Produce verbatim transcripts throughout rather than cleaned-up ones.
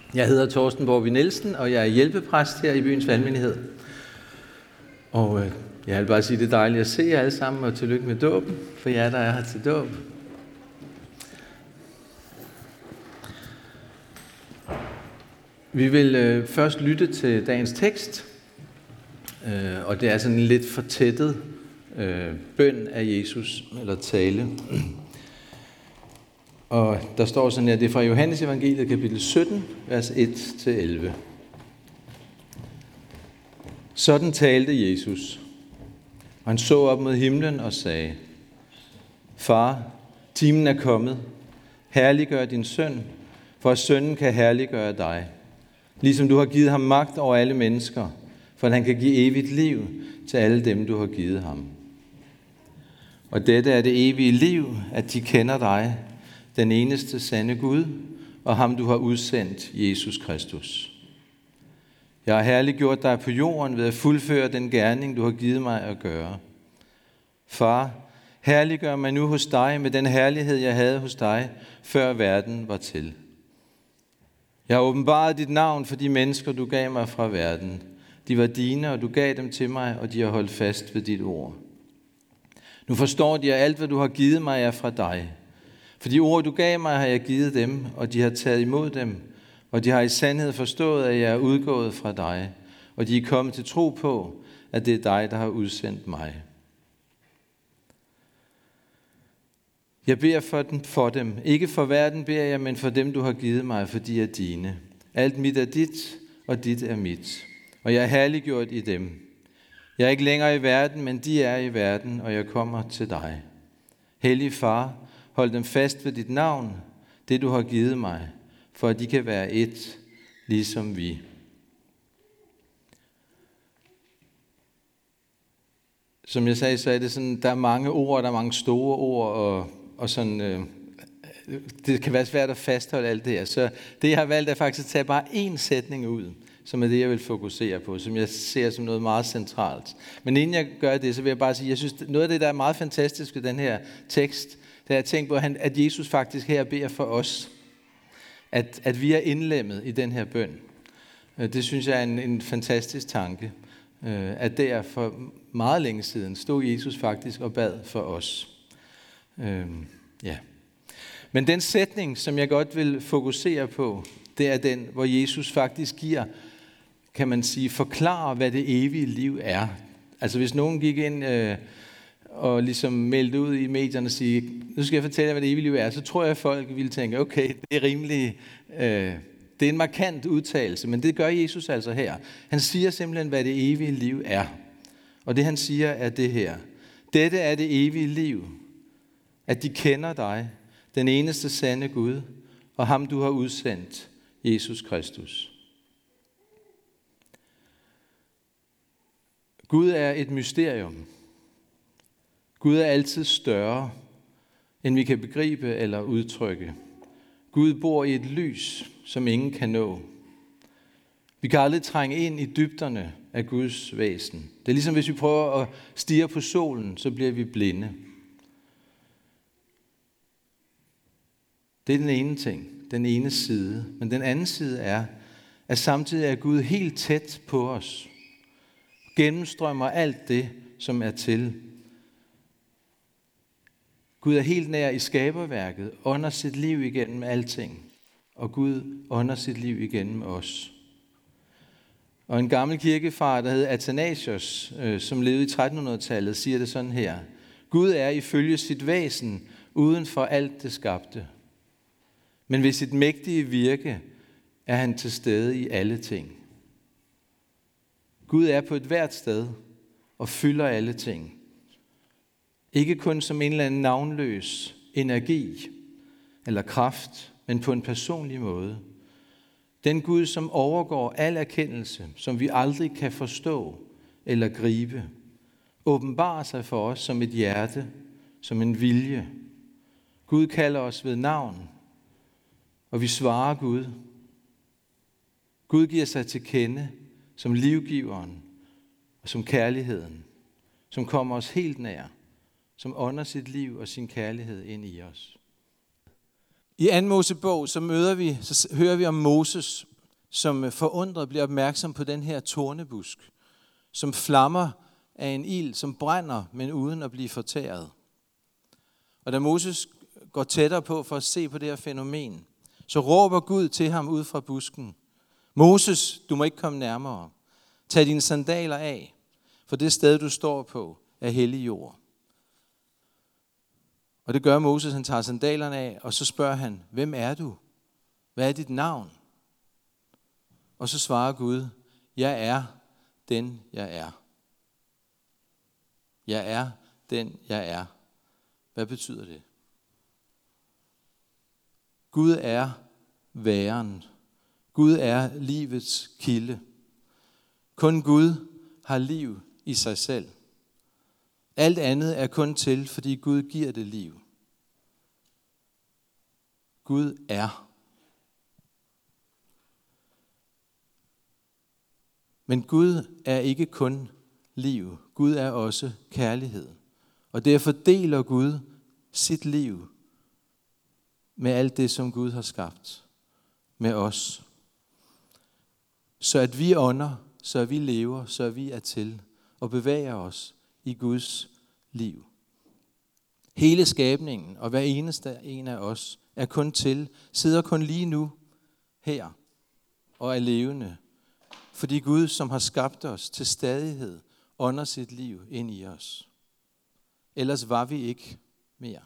Jeg hedder Torsten Borgby Nielsen, og jeg er hjælpepræst her i byens valgmenighed. Og øh, jeg vil bare sige, det er dejligt at se jer alle sammen, og tillykke med dåben, for jer, der er her til dåb. Vi vil øh, først lytte til dagens tekst, øh, og det er sådan en lidt fortættet øh, bøn af Jesus, eller tale. Og der står sådan her, det er fra Johannes evangeliet, kapitel sytten, vers et til elleve. Sådan talte Jesus, og han så op mod himlen og sagde, Far, timen er kommet, herliggør din søn, for at sønnen kan herliggøre dig, ligesom du har givet ham magt over alle mennesker, for at han kan give evigt liv til alle dem, du har givet ham. Og dette er det evige liv, at de kender dig, den eneste sande Gud, og ham du har udsendt, Jesus Kristus. Jeg har herliggjort dig på jorden ved at fuldføre den gerning, du har givet mig at gøre. Far, herliggør mig nu hos dig med den herlighed, jeg havde hos dig, før verden var til. Jeg har åbenbaret dit navn for de mennesker, du gav mig fra verden. De var dine, og du gav dem til mig, og de har holdt fast ved dit ord. Nu forstår de, at alt, hvad du har givet mig, er fra dig. For de ord, du gav mig, har jeg givet dem, og de har taget imod dem, og de har i sandhed forstået, at jeg er udgået fra dig, og de er kommet til tro på, at det er dig, der har udsendt mig. Jeg beder for dem, for dem. Ikke for verden beder jeg, men for dem, du har givet mig, for de er dine. Alt mit er dit, og dit er mit. Og jeg er herliggjort i dem. Jeg er ikke længere i verden, men de er i verden, og jeg kommer til dig. Hellige Far, hold dem fast ved dit navn, det du har givet mig, for at de kan være et, ligesom vi. Som jeg sagde, så er det sådan, der er mange ord, der er mange store ord, og, og sådan, øh, det kan være svært at fastholde alt det her. Så det, jeg har valgt, er faktisk at tage bare én sætning ud, som er det, jeg vil fokusere på, som jeg ser som noget meget centralt. Men inden jeg gør det, så vil jeg bare sige, jeg synes, noget af det, der er meget fantastisk ved den her tekst, det er at tænke på, at Jesus faktisk her beder for os, at, at vi er indlemmet i den her bøn. Det synes jeg er en, en fantastisk tanke, at der for meget længe siden stod Jesus faktisk og bad for os. Øhm, ja. Men den sætning, som jeg godt vil fokusere på, det er den, hvor Jesus faktisk giver, kan man sige, forklarer, hvad det evige liv er. Altså hvis nogen gik ind øh, og ligesom meldte ud i medierne og sige, nu skal jeg fortælle jer, hvad det evige liv er, så tror jeg, at folk ville tænke, okay, det er rimelig, øh, det er en markant udtalelse, men det gør Jesus altså her. Han siger simpelthen, hvad det evige liv er. Og det han siger er det her. Dette er det evige liv, at de kender dig, den eneste sande Gud, og ham du har udsendt, Jesus Kristus. Gud er et mysterium. Gud er altid større, end vi kan begribe eller udtrykke. Gud bor i et lys, som ingen kan nå. Vi kan aldrig trænge ind i dybderne af Guds væsen. Det er ligesom hvis vi prøver at stirre på solen, så bliver vi blinde. Det er den ene ting, den ene side. Men den anden side er, at samtidig er Gud helt tæt på os. Gennemstrømmer alt det, som er til. Gud er helt nær i skaberværket, ånder sit liv igennem alting. Og Gud ånder sit liv igennem os. Og en gammel kirkefar, der hed Athanasius, øh, som levede i trettenhundredetallet, siger det sådan her. Gud er ifølge sit væsen uden for alt det skabte. Men ved sit mægtige virke er han til stede i alle ting. Gud er på et hvert sted og fylder alle ting. Ikke kun som en eller anden navnløs energi eller kraft, men på en personlig måde. Den Gud, som overgår al erkendelse, som vi aldrig kan forstå eller gribe, åbenbarer sig for os som et hjerte, som en vilje. Gud kalder os ved navn, og vi svarer Gud. Gud giver sig til kende som livgiveren og som kærligheden, som kommer os helt nær, som ånder sit liv og sin kærlighed ind i os. I anden Mosebog, så møder vi, så hører vi om Moses, som forundret bliver opmærksom på den her tornebusk, som flammer af en ild, som brænder, men uden at blive fortæret. Og da Moses går tættere på for at se på det her fænomen, så råber Gud til ham ud fra busken: Moses, du må ikke komme nærmere. Tag dine sandaler af, for det sted, du står på, er hellig jord. Og det gør Moses, han tager sandalerne af, og så spørger han: Hvem er du? Hvad er dit navn? Og så svarer Gud: Jeg er den, jeg er. Jeg er den, jeg er. Hvad betyder det? Gud er væren. Gud er livets kilde. Kun Gud har liv i sig selv. Alt andet er kun til, fordi Gud giver det liv. Gud er. Men Gud er ikke kun liv. Gud er også kærlighed. Og derfor deler Gud sit liv med alt det, som Gud har skabt, med os. Så at vi ånder, så at vi lever, så at vi er til og bevæger os i Guds liv. Hele skabningen og hver eneste en af os er kun til, sidder kun lige nu her og er levende, fordi Gud, som har skabt os til stadighed, ånder sit liv ind i os. Ellers var vi ikke mere.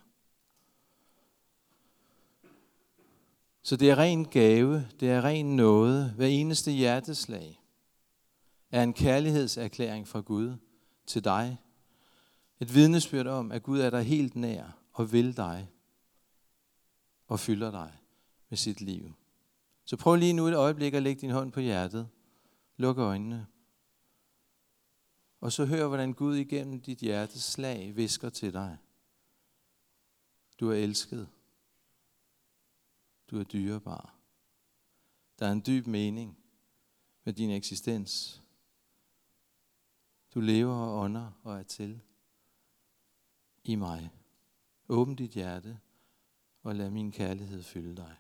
Så det er ren gave, det er ren nåde. Hver eneste hjerteslag er en kærlighedserklæring fra Gud til dig. Et vidnesbyrd om, at Gud er dig helt nær og vil dig og fylder dig med sit liv. Så prøv lige nu et øjeblik at lægge din hånd på hjertet. Luk øjnene. Og så hør, hvordan Gud igennem dit hjertes slag hvisker til dig: Du er elsket. Du er dyrebar. Der er en dyb mening med din eksistens. Du lever og ånder og er til i mig. Åbn dit hjerte og lad min kærlighed fylde dig.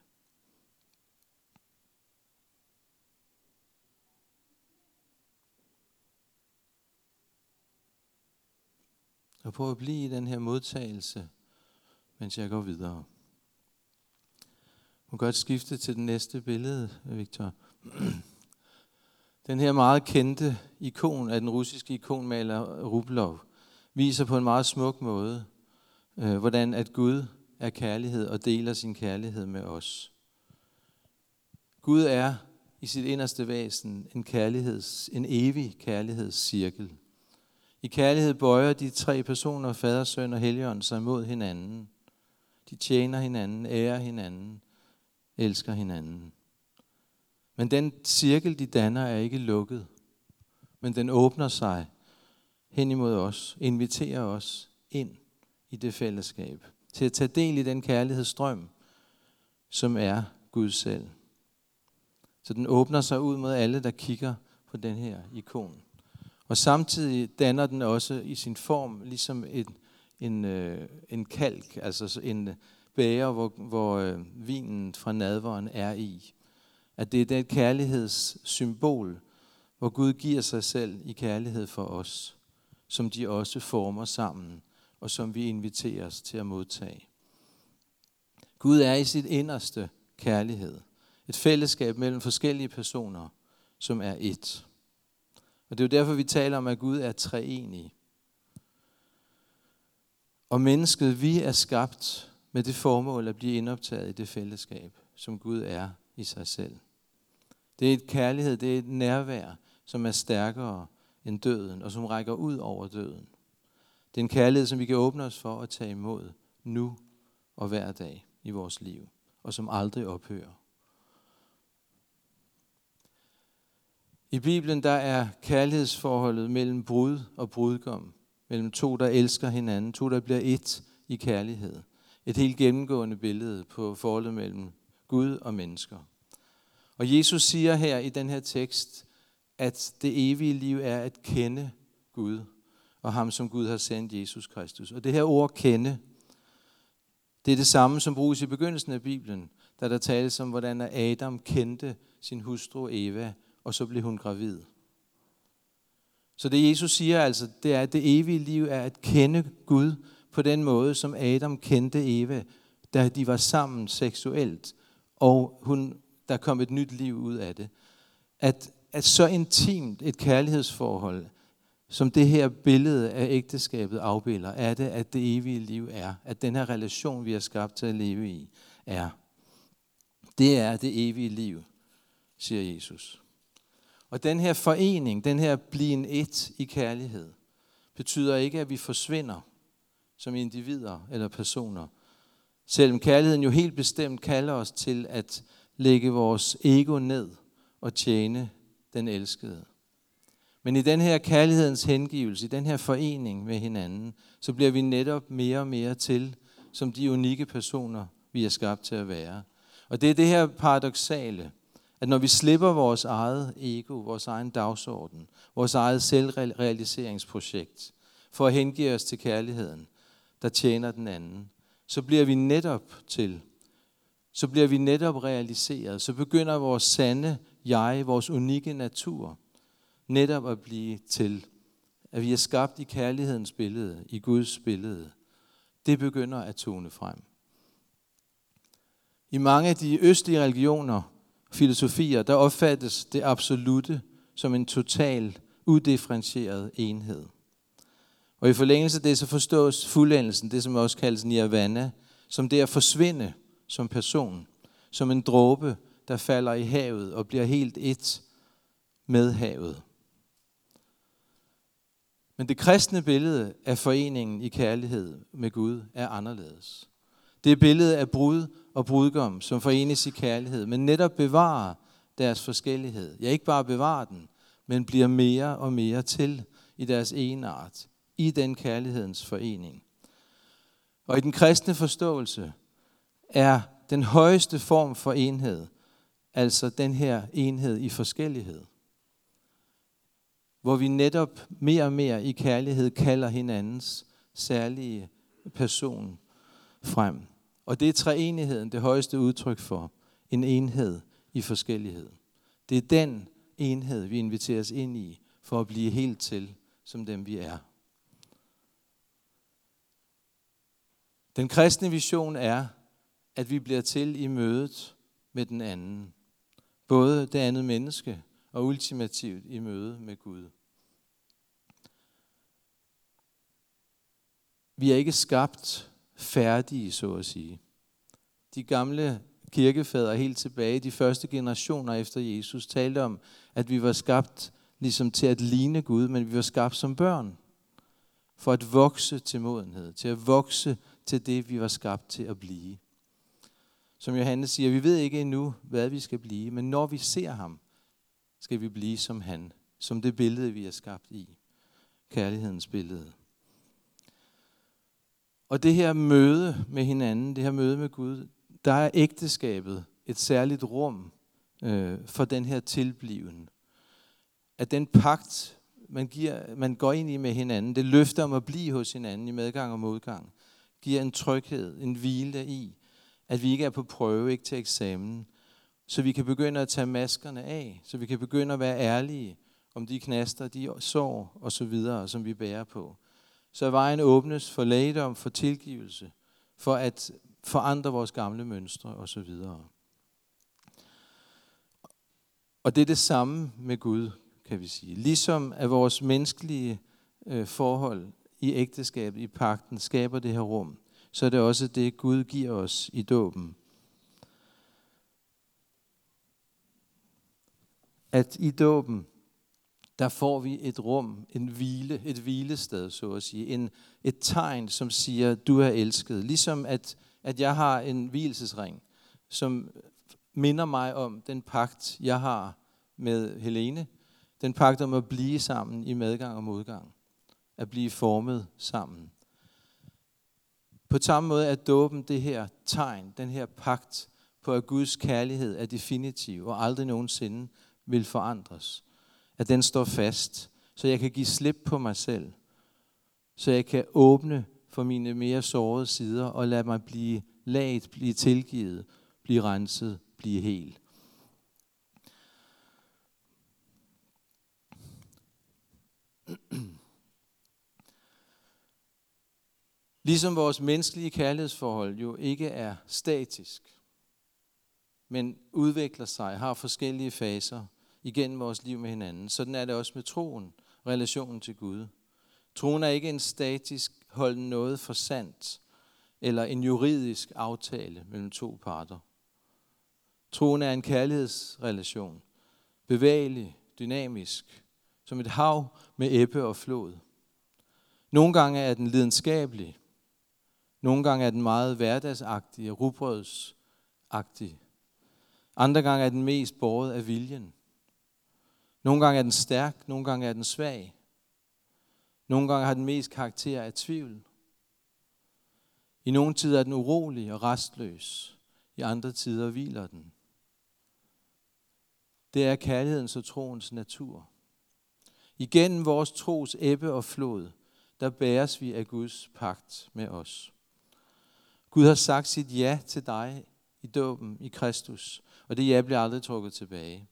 Og prøv at blive i den her modtagelse, mens jeg går videre. Du kan godt skifte til det næste billede, Victor. Den her meget kendte ikon af den russiske ikonmaler Rublev viser på en meget smuk måde, øh, hvordan at Gud er kærlighed og deler sin kærlighed med os. Gud er i sit inderste væsen en kærligheds, en evig kærlighedscirkel. I kærlighed bøjer de tre personer, Fader, Søn og Helligånd, sig mod hinanden. De tjener hinanden, ærer hinanden, elsker hinanden. Men den cirkel, de danner, er ikke lukket. Men den åbner sig hen imod os, inviterer os ind i det fællesskab, til at tage del i den kærlighedsstrøm, som er Gud selv. Så den åbner sig ud mod alle, der kigger på den her ikon. Og samtidig danner den også i sin form ligesom en, en, øh, en kalk, altså en bæger, hvor, hvor øh, vinen fra nadveren er i. At det er det kærlighedssymbol, hvor Gud giver sig selv i kærlighed for os, som de også former sammen, og som vi inviteres til at modtage. Gud er i sit inderste kærlighed. Et fællesskab mellem forskellige personer, som er ét. Og det er jo derfor, vi taler om, at Gud er treenig. Og mennesket, vi er skabt med det formål at blive indoptaget i det fællesskab, som Gud er i sig selv. Det er et kærlighed, det er et nærvær, som er stærkere end døden, og som rækker ud over døden. Det er en kærlighed, som vi kan åbne os for at tage imod nu og hver dag i vores liv, og som aldrig ophører. I Bibelen der er kærlighedsforholdet mellem brud og brudgom, mellem to, der elsker hinanden, to, der bliver ét i kærlighed. Et helt gennemgående billede på forholdet mellem Gud og mennesker. Og Jesus siger her i den her tekst, at det evige liv er at kende Gud, og ham som Gud har sendt, Jesus Kristus. Og det her ord kende, det er det samme, som bruges i begyndelsen af Bibelen, da der tales om, hvordan Adam kendte sin hustru Eva, og så blev hun gravid. Så det Jesus siger altså, det er, at det evige liv er at kende Gud på den måde, som Adam kendte Eva, da de var sammen seksuelt, og hun, der kom et nyt liv ud af det. At, at så intimt et kærlighedsforhold, som det her billede af ægteskabet afbilder, er det, at det evige liv er. At den her relation, vi er skabt til at leve i, er. Det er det evige liv, siger Jesus. Og den her forening, den her bliven et i kærlighed, betyder ikke, at vi forsvinder som individer eller personer. Selvom kærligheden jo helt bestemt kalder os til at lægge vores ego ned og tjene den elskede. Men i den her kærlighedens hengivelse, i den her forening med hinanden, så bliver vi netop mere og mere til som de unikke personer, vi er skabt til at være. Og det er det her paradoksale, at når vi slipper vores eget ego, vores egen dagsorden, vores eget selvrealiseringsprojekt, for at hengive os til kærligheden, der tjener den anden, så bliver vi netop til, så bliver vi netop realiseret, så begynder vores sande jeg, vores unikke natur, netop at blive til, at vi er skabt i kærlighedens billede, i Guds billede. Det begynder at tone frem. I mange af de østlige religioner, filosofier, der opfattes det absolutte som en total, udifferentieret enhed. Og i forlængelse af det, så forstås fuldendelsen, det som også kaldes nirvana, som det at forsvinde som person, som en dråbe, der falder i havet og bliver helt et med havet. Men det kristne billede af foreningen i kærlighed med Gud er anderledes. Det er billedet af brud og brudgom, som forenes i kærlighed, men netop bevarer deres forskellighed. Ja, ikke bare bevarer den, men bliver mere og mere til i deres egenart, i den kærlighedens forening. Og i den kristne forståelse er den højeste form for enhed, altså den her enhed i forskellighed, hvor vi netop mere og mere i kærlighed kalder hinandens særlige person frem. Og det er treenigheden, det højeste udtryk for en enhed i forskellighed. Det er den enhed, vi inviteres ind i, for at blive helt til, som dem vi er. Den kristne vision er, at vi bliver til i mødet med den anden. Både det andet menneske og ultimativt i møde med Gud. Vi er ikke skabt færdige, så at sige. De gamle kirkefædre helt tilbage, de første generationer efter Jesus, talte om, at vi var skabt ligesom til at ligne Gud, men vi var skabt som børn. For at vokse til modenhed, til at vokse til det, vi var skabt til at blive. Som Johannes siger, vi ved ikke endnu, hvad vi skal blive, men når vi ser ham, skal vi blive som han, som det billede, vi er skabt i. Kærlighedens billede. Og det her møde med hinanden, det her møde med Gud, der er ægteskabet et særligt rum øh, for den her tilbliven. At den pagt, man, giver, man går ind i med hinanden, det løfter om at blive hos hinanden i medgang og modgang, giver en tryghed, en hvile i, at vi ikke er på prøve, ikke til eksamen, så vi kan begynde at tage maskerne af, så vi kan begynde at være ærlige om de knaster, de sår og så videre, som vi bærer på. Så vejen åbnes for lægedom, for tilgivelse, for at forandre vores gamle mønstre og så videre. Og det er det samme med Gud, kan vi sige. Ligesom at vores menneskelige øh, forhold i ægteskabet, i pagten, skaber det her rum, så er det også det, Gud giver os i dåben. At i dåben, der får vi et rum, en hvile, et hvilested, så at sige. En, et tegn, som siger, du er elsket. Ligesom at, at jeg har en vielsesring, som minder mig om den pagt, jeg har med Helene. Den pagt om at blive sammen i medgang og modgang. At blive formet sammen. På samme måde er dåben det her tegn, den her pagt på, at Guds kærlighed er definitiv og aldrig nogensinde vil forandres. At den står fast, så jeg kan give slip på mig selv. Så jeg kan åbne for mine mere sårede sider og lade mig blive laget, blive tilgivet, blive renset, blive hel. Ligesom vores menneskelige kærlighedsforhold jo ikke er statisk, men udvikler sig, har forskellige faser igennem vores liv med hinanden. Sådan er det også med troen, relationen til Gud. Troen er ikke en statisk holden noget for sandt, eller en juridisk aftale mellem to parter. Troen er en kærlighedsrelation, bevægelig, dynamisk, som et hav med ebbe og flod. Nogle gange er den lidenskabelig, nogle gange er den meget hverdagsagtig og rugbrødsagtig. Andre gange er den mest båret af viljen. Nogle gange er den stærk, nogle gange er den svag. Nogle gange har den mest karakter af tvivl. I nogle tider er den urolig og restløs. I andre tider hviler den. Det er kærlighedens og troens natur. Igennem vores tros ebbe og flod, der bæres vi af Guds pagt med os. Gud har sagt sit ja til dig i dåben i Kristus, og det ja bliver aldrig trukket tilbage.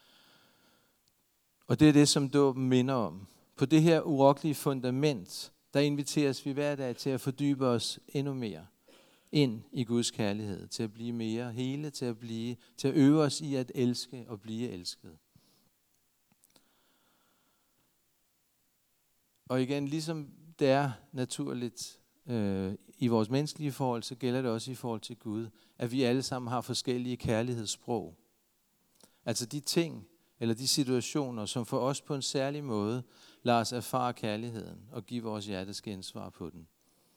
Og det er det, som dåben minder om. På det her urokkelige fundament, der inviteres vi hver dag til at fordybe os endnu mere ind i Guds kærlighed, til at blive mere hele, til at blive, til at øve os i at elske og blive elsket. Og igen, ligesom det er naturligt øh, i vores menneskelige forhold, så gælder det også i forhold til Gud, at vi alle sammen har forskellige kærlighedssprog. Altså de ting eller de situationer, som for os på en særlig måde lader os erfare kærligheden og give vores hjertes gensvar på den.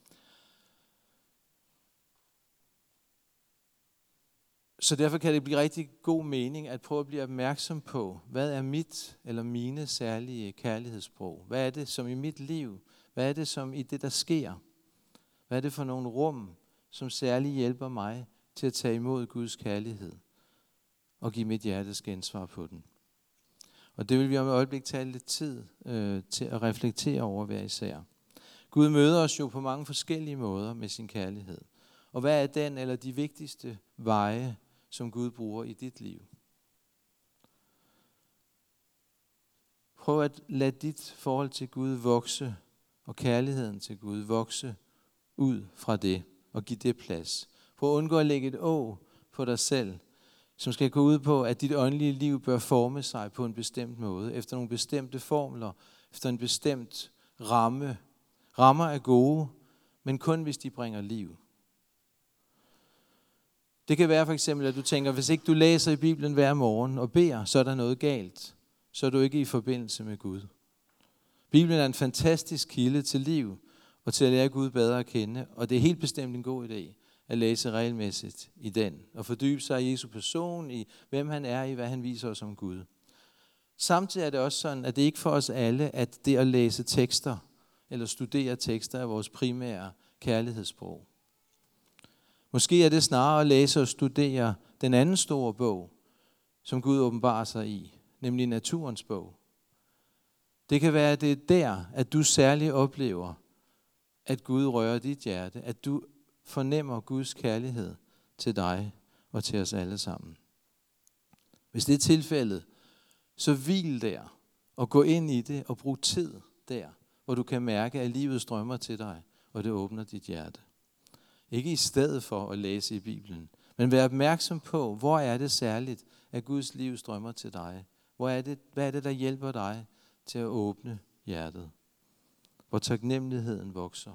Så derfor kan det blive rigtig god mening at prøve at blive opmærksom på, hvad er mit eller mine særlige kærlighedssprog? Hvad er det som i mit liv? Hvad er det som i det, der sker? Hvad er det for nogle rum, som særligt hjælper mig til at tage imod Guds kærlighed og give mit hjertes gensvar på den? Og det vil vi om et øjeblik tage lidt tid øh, til at reflektere over hver især. Gud møder os jo på mange forskellige måder med sin kærlighed. Og hvad er den eller de vigtigste veje, som Gud bruger i dit liv? Prøv at lade dit forhold til Gud vokse, og kærligheden til Gud vokse ud fra det, og give det plads. Prøv at undgå at lægge et å på dig selv, som skal gå ud på, at dit åndelige liv bør forme sig på en bestemt måde, efter nogle bestemte formler, efter en bestemt ramme. Rammer er gode, men kun hvis de bringer liv. Det kan være for eksempel, at du tænker, hvis ikke du læser i Bibelen hver morgen og beder, så er der noget galt. Så er du ikke i forbindelse med Gud. Bibelen er en fantastisk kilde til liv og til at lære Gud bedre at kende, og det er helt bestemt en god idé at læse regelmæssigt i den, og fordybe sig i Jesu person, i hvem han er, i hvad han viser os om Gud. Samtidig er det også sådan, at det ikke for os alle, at det at læse tekster, eller studere tekster, er vores primære kærlighedssprog. Måske er det snarere at læse og studere den anden store bog, som Gud åbenbarer sig i, nemlig naturens bog. Det kan være, at det er der, at du særligt oplever, at Gud rører dit hjerte, at du fornemmer Guds kærlighed til dig og til os alle sammen. Hvis det er tilfældet, så hvil der og gå ind i det og brug tid der, hvor du kan mærke, at livet strømmer til dig, og det åbner dit hjerte. Ikke i stedet for at læse i Bibelen, men vær opmærksom på, hvor er det særligt, at Guds liv strømmer til dig. Hvor er det, hvad er det, der hjælper dig til at åbne hjertet? Hvor taknemmeligheden vokser.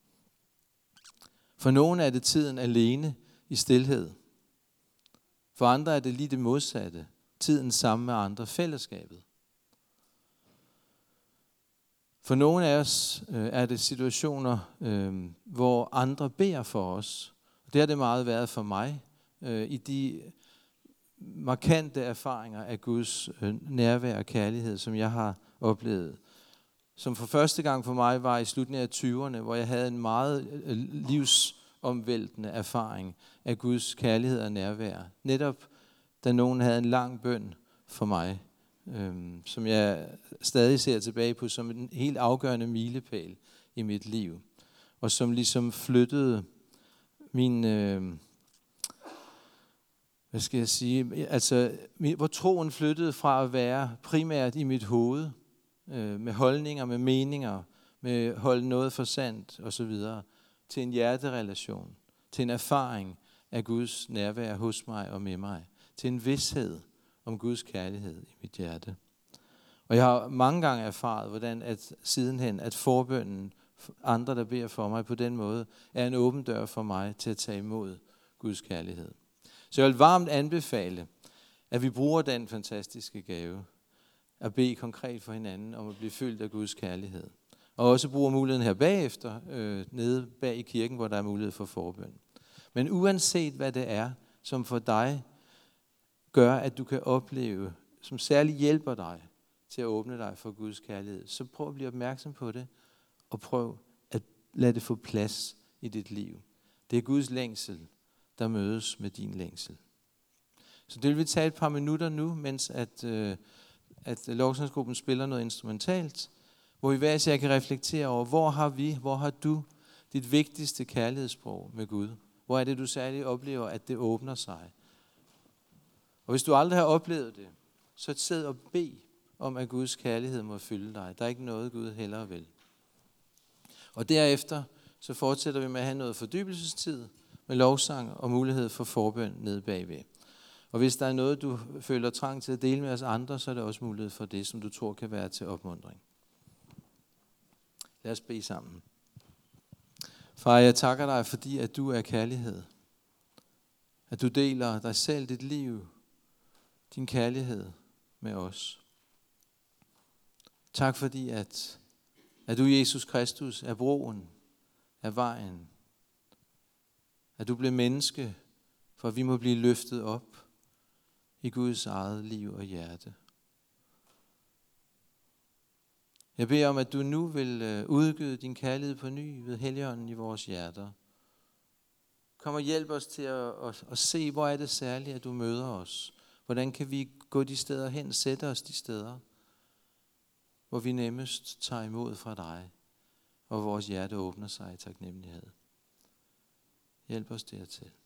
For nogle er det tiden alene i stilhed. For andre er det lige det modsatte. Tiden sammen med andre, fællesskabet. For nogle af os øh, er det situationer, øh, hvor andre beder for os. Det har det meget været for mig øh, i de markante erfaringer af Guds øh, nærvær og kærlighed, som jeg har oplevet. Som for første gang for mig var i slutningen af tyverne, hvor jeg havde en meget øh, livsomvæltende erfaring af Guds kærlighed og nærvær. Netop da nogen havde en lang bøn for mig, Øhm, som jeg stadig ser tilbage på som en helt afgørende milepæl i mit liv, og som ligesom flyttede min, øh, hvad skal jeg sige, altså hvor troen flyttede fra at være primært i mit hoved, øh, med holdninger, med meninger, med holde noget for sandt og så videre, til en hjerterelation, til en erfaring af Guds nærvær hos mig og med mig, til en vished om Guds kærlighed i mit hjerte. Og jeg har mange gange erfaret, hvordan at sidenhen, at forbønnen, andre der beder for mig på den måde, er en åben dør for mig til at tage imod Guds kærlighed. Så jeg vil varmt anbefale, at vi bruger den fantastiske gave, at bede konkret for hinanden om at blive fyldt af Guds kærlighed. Og også bruger muligheden her bagefter, øh, nede bag i kirken, hvor der er mulighed for forbøn. Men uanset hvad det er, som for dig gør, at du kan opleve, som særligt hjælper dig til at åbne dig for Guds kærlighed, så prøv at blive opmærksom på det, og prøv at lade det få plads i dit liv. Det er Guds længsel, der mødes med din længsel. Så det vil vi tage et par minutter nu, mens at, øh, at lovsangsgruppen spiller noget instrumentalt, hvor vi hver især kan reflektere over, hvor har vi, hvor har du dit vigtigste kærlighedssprog med Gud? Hvor er det, du særligt oplever, at det åbner sig? Og hvis du aldrig har oplevet det, så sid og bed om, at Guds kærlighed må fylde dig. Der er ikke noget, Gud hellere vil. Og derefter så fortsætter vi med at have noget fordybelsestid med lovsang og mulighed for forbøn nede bagved. Og hvis der er noget, du føler trang til at dele med os andre, så er det også mulighed for det, som du tror kan være til opmuntring. Lad os bede sammen. Far, jeg takker dig, fordi at du er kærlighed. At du deler dig selv, dit liv, din kærlighed med os. Tak fordi, at, at du, Jesus Kristus, er broen, er vejen. At du blev menneske, for at vi må blive løftet op i Guds eget liv og hjerte. Jeg beder om, at du nu vil udgyde din kærlighed på ny ved Helligånden i vores hjerter. Kom og hjælp os til at, at, at se, hvor er det særligt, at du møder os. Hvordan kan vi gå de steder hen, sætte os de steder, hvor vi nemmest tager imod fra dig, og vores hjerte åbner sig i taknemmelighed. Hjælp os dertil.